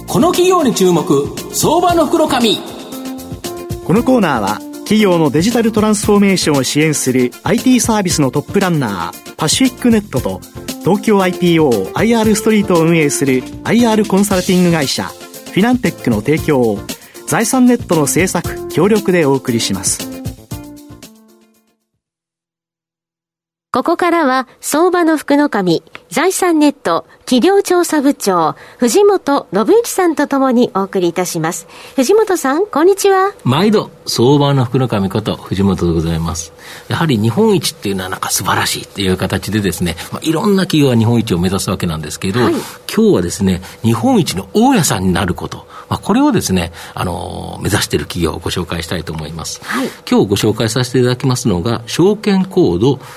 この企業に注目、相場の福の神。 このコーナーは企業のデジタルトランスフォーメーションを支援する IT サービスのトップランナーパシフィックネットと東京 IPO IR ストリートを運営する IR コンサルティング会社フィナンテックの提供を財産ネットの制作協力でお送りします。 ここからは相場の福の神、財産ネット企業調査部長藤本信之さんとともにお送りいたします。藤本さん、こんにちは。 毎度相場の福の神こと藤本でございます。やはり日本一っていうのはなんか素晴らしいっていう形でですね、いろんな企業が日本一を目指すわけなんですけど、今日はですね、日本一の大家さんになること、これをですね、目指している企業をご紹介したいと思います。今日ご紹介させていただきますのが、証券コード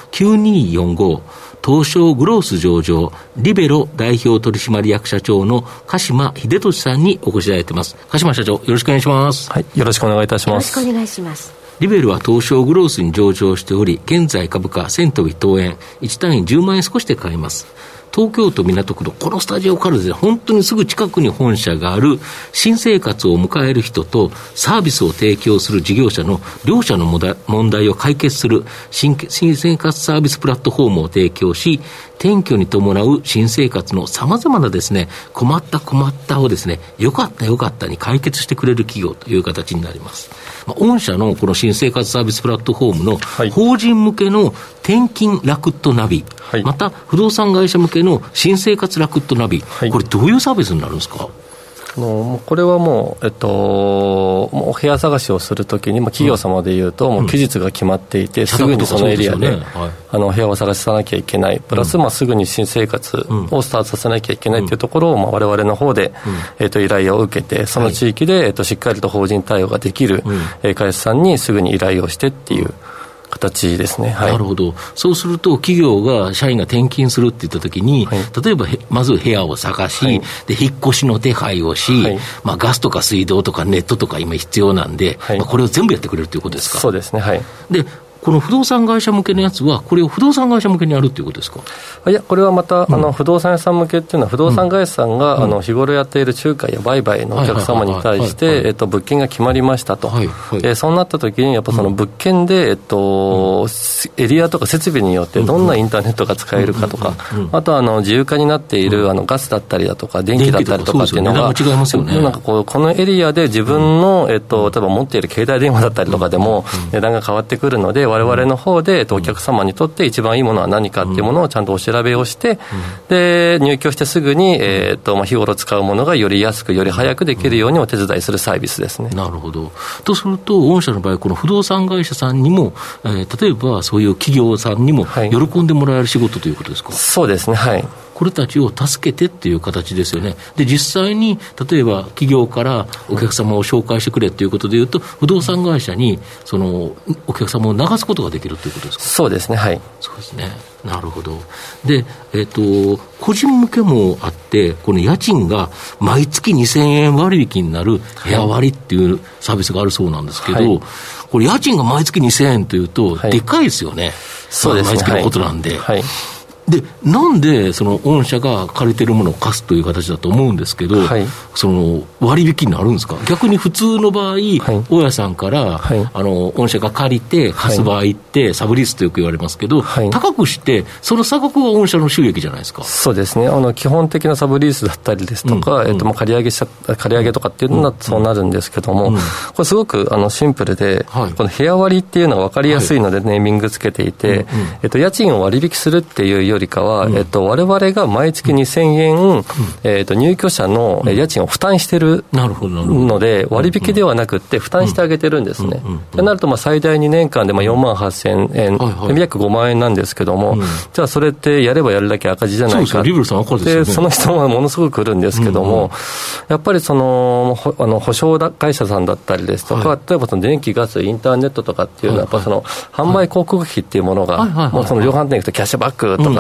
9245東証グロース上場リベロ代表取締役社長の鹿島秀俊さんにお越しいただいています。鹿島社長、よろしくお願いします。 はい、よろしくお願いいたします。 よろしくお願いします。 リベルは東証グロースに上場しており、現在株価1000飛び当円、1単位10万円少しで買えます。東京都港区のこのスタジオからですね、本当にすぐ近くに本社がある新生活を迎える人とサービスを提供する事業者の両者の問題を解決する新生活サービスプラットフォームを提供し、転居に伴う新生活の様々なですね、困ったをですね、よかったに解決してくれる企業という形になります。御社のこの新生活サービスプラットフォームの法人向けの転勤ラクットナビ、また不動産会社向けの新生活ラクットナビ、これどういうサービスになるんですか？ これはもう、もうお部屋探しをするときに、企業様でいうと、もう期日が決まるて、すぐにそのエリアで、部屋を探さなきゃいけない、プラス、すぐに新生活をスタートさせなきゃいけないというところを、我々の方で、依頼を受けて、その地域で、しっかりと法人対応ができる、会社さんにすぐに依頼をしてっていう形ですね。 なるほど。そうすると企業が社員が転勤するって言ったときに、例えばまず部屋を探し、で引っ越しの手配をし、ガスとか水道とかネットとか今必要なんで、これを全部やってくれるということですか？ そうですね。 でこの不動産会社向けのやつは、これを不動産会社向けにやるということですか？ いや、これはまた、不動産屋さん向けっていうのは、不動産会社さんが、日頃やっている仲介や売買のお客様に対して、物件が決まりましたと。そうなったときに、やっぱその物件で、エリアとか設備によってどんなインターネットが使えるかとか、あとは自由化になっているガスだったりだとか、電気だったりとかっていうのが、なんかこのエリアで自分の、例えば持っている携帯電話だったりとかでも、値段が変わってくるので、我々の方でお客様にとって一番いいものは何かっていうものをちゃんとお調べをして、で入居してすぐに、日頃使うものがより安くより早くできるようにお手伝いするサービスですね。 なるほど。とすると御社の場合、この不動産会社さんにも、例えばそういう企業さんにも喜んでもらえる仕事ということですか？ そうですね。 これたちを助けてっていう形ですよね。で実際に例えば企業からお客様を紹介してくれということでいうと、不動産会社にそのお客様を流すことができるということですか？ そうですね。 そうですね。なるほど。で、個人向けもあって、この家賃が毎月2000円割引になる部屋割っていうサービスがあるそうなんですけど、これ家賃が毎月2000円というとでかいですよね。 そうですね。 毎月のことなんで。でなんでその御社が借りてるものを貸すという形だと思うんですけど、その割引になるんですか？逆に普通の場合、大家さんから、御社が借りて貸す場合って、サブリースとよく言われますけど、高くしてその差額は御社の収益じゃないですか？ そうですね。基本的なサブリースだったりですとか、借り上げとかっていうのはそうなるんですけども、これすごくシンプルで、この部屋割っていうのは分かりやすいのでネーミングつけていて、家賃を割引するっていうよりかは、我々が毎月2000円、入居者の家賃を負担してるので、割引ではなくて負担してあげてるんですね。となると最大2年間で4万8000円、約5万円なんですけども、じゃあそれってやればやるだけ赤字じゃないかって、その人はものすごく来るんですけども、やっぱりその保証会社さんだったりですとか、例えばその電気ガスインターネットとかっていうのはやっぱその販売広告費っていうものが、もうその量販店に行くとキャッシュバックとか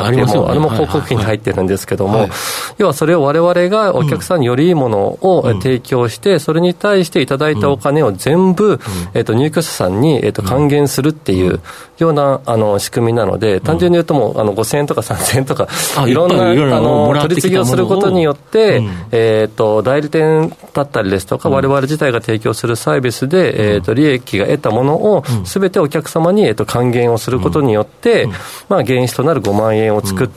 かっていうのも、あれも広告費に入ってるんですけども、要はそれを我々がお客さんによりいいものを提供して、それに対していただいたお金を全部、入居者さんに、還元するっていうような仕組みなので、単純に言うともう5000円とか3000円とかいろんな取り次ぎをすることによって、代理店だったりですとか、我々自体が提供するサービスで、利益が得たものを全てお客様に、還元をすることによって、原資となる5万円を作って、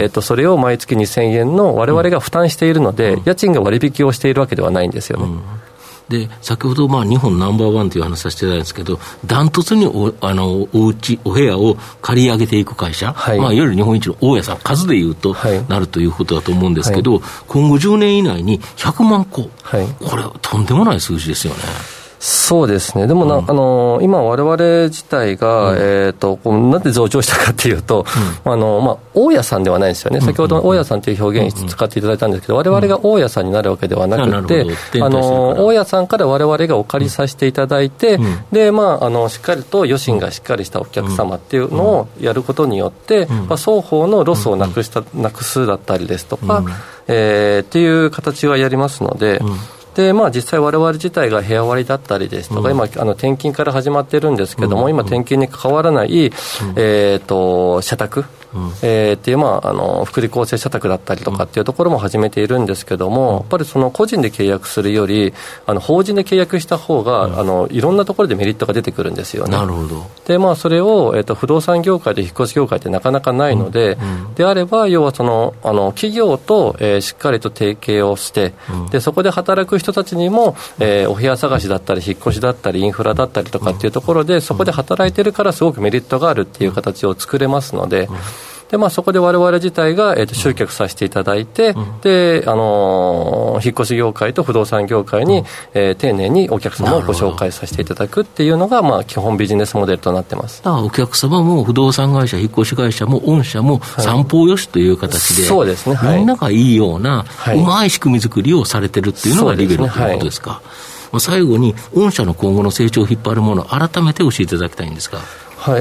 それを毎月2000円の我々が負担しているので、家賃が割引をしているわけではないんですよね。 で先ほど日本ナンバーワンという話させていただいたんですけど、ダントツにお部屋を借り上げていく会社、いわゆる日本一の大家さん、数でいうと、なるということだと思うんですけど、今後10年以内に100万戸、これはとんでもない数字ですよね。 そうですね。でも今我々自体が、なんで増長したかっていうと、大家さんではないですよね。先ほど大家さんという表現使っていただいたんですけど、我々が大家さんになるわけではなくて、大家さんから我々がお借りさせていただいて、で、しっかりと余震がしっかりしたお客様っていうのをやることによって、双方のロスをなくすだったりですとか、っていう形はやりますので、で実際我々自体が部屋割りだったりですとか、今転勤から始まってるんですけども、今転勤に関わらない、社宅、っていう福利厚生社宅だったりとかっていうところも始めているんですけども、やっぱりその個人で契約するより法人で契約した方が、いろんなところでメリットが出てくるんですよね。 なるほど。 でそれを、不動産業界で引っ越し業界ってなかなかないので、であれば要はその企業と、しっかりと提携をして、でそこで働く人たちにも、お部屋探しだったり引っ越しだったりインフラだったりとかっていうところで、そこで働いてるからすごくメリットがあるっていう形を作れますので、でそこで我々自体が、集客させていただいて、で引っ越し業界と不動産業界に、丁寧にお客様をご紹介させていただくっていうのが、基本ビジネスモデルとなってます。 お客様も不動産会社、引っ越し会社も御社も三方よしという形で、 そうですね、 みんながいいような、うまい仕組み作りをされてるっていうのがリベロということですか。最後に御社の今後の成長を引っ張るものを改めて教えていただきたいんですが。 我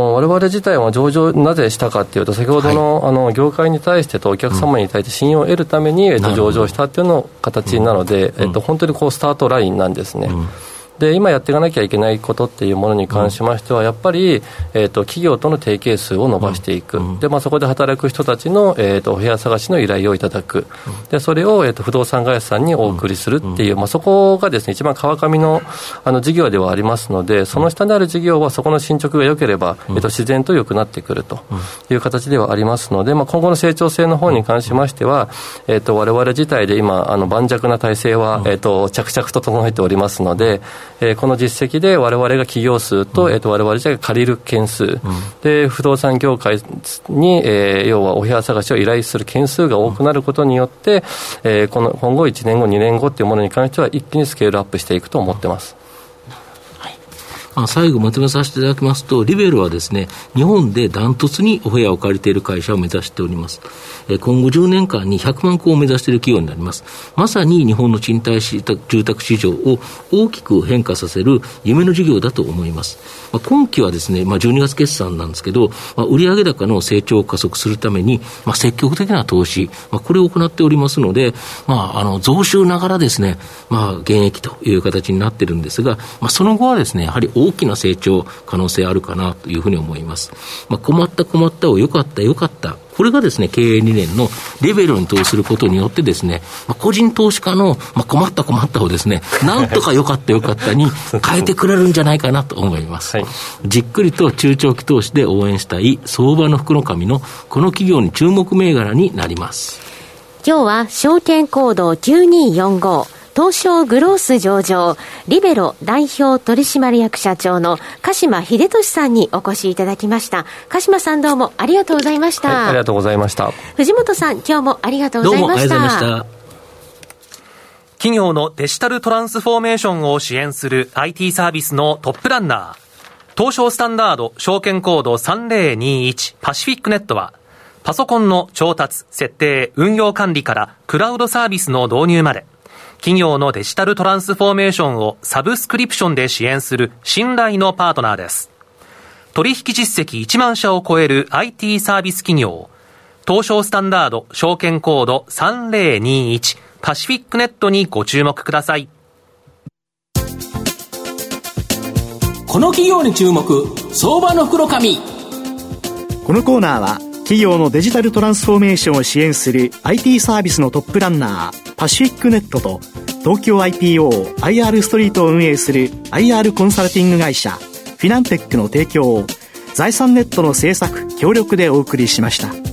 々自体は上場なぜしたかというと、先ほどの、業界に対してとお客様に対して信用を得るために、上場したというの形なので、本当にスタートラインなんですね。で今やっていかなきゃいけないことっていうものに関しましては、やっぱり、企業との提携数を伸ばしていく、でそこで働く人たちの、お部屋探しの依頼をいただく、でそれを、不動産会社さんにお送りするっていう、そこがですね一番川上の、事業ではありますので、その下にある事業はそこの進捗が良ければ、自然と良くなってくるという形ではありますので、今後の成長性の方に関しましては、我々自体で今盤石な体制は、着々と整えておりますので、この実績で我々が企業数と、我々自体が借りる件数、で不動産業界に、要はお部屋探しを依頼する件数が多くなることによって、今後1年後2年後というものに関しては一気にスケールアップしていくと思ってます。 最後まとめさせていただきますと、リベロはですね、日本でダントツにお部屋を借りている会社を目指しております。今後10年間に100万戸を目指している企業になります。まさに日本の賃貸住宅市場を大きく変化させる夢の事業だと思います。今期はですね、12月決算なんですけど、売上高の成長を加速するために、積極的な投資、これを行っておりますので、増収ながらですね、現役という形になっているんですが、その後はですね、やはり大きな成長可能性あるかなというふうに思います。困ったを良かったこれがですね、経営理念のリベロに投資することによってですね、個人投資家の、困ったをですね、なんとか良かったに変えてくれるんじゃないかなと思います。じっくりと中長期投資で応援したい相場の福の神のこの企業に注目銘柄になります。 今日は証券コード9245東証グロース上場リベロ代表取締役社長の鹿島秀俊さんにお越しいただきました。鹿島さん、どうもありがとうございました。 ありがとうございました。 藤本さん、今日もありがとうございました。 どうもありがとうございました。 企業のデジタルトランスフォーメーションを支援する IT サービスのトップランナー、東証スタンダード証券コード3021パシフィックネットは、パソコンの調達、設定、運用管理からクラウドサービスの導入まで、企業のデジタルトランスフォーメーションをサブスクリプションで支援する信頼のパートナーです。取引実績1万社を超える IT サービス企業、 東証スタンダード証券コード3021パシフィックネットにご注目ください。 この企業に注目、相場の福の神。 このコーナーは企業のデジタルトランスフォーメーションを支援する IT サービスのトップランナーパシフィックネットと東京 IPO、IR ストリートを運営する IR コンサルティング会社フィナンテックの提供を財産ネットの制作協力でお送りしました。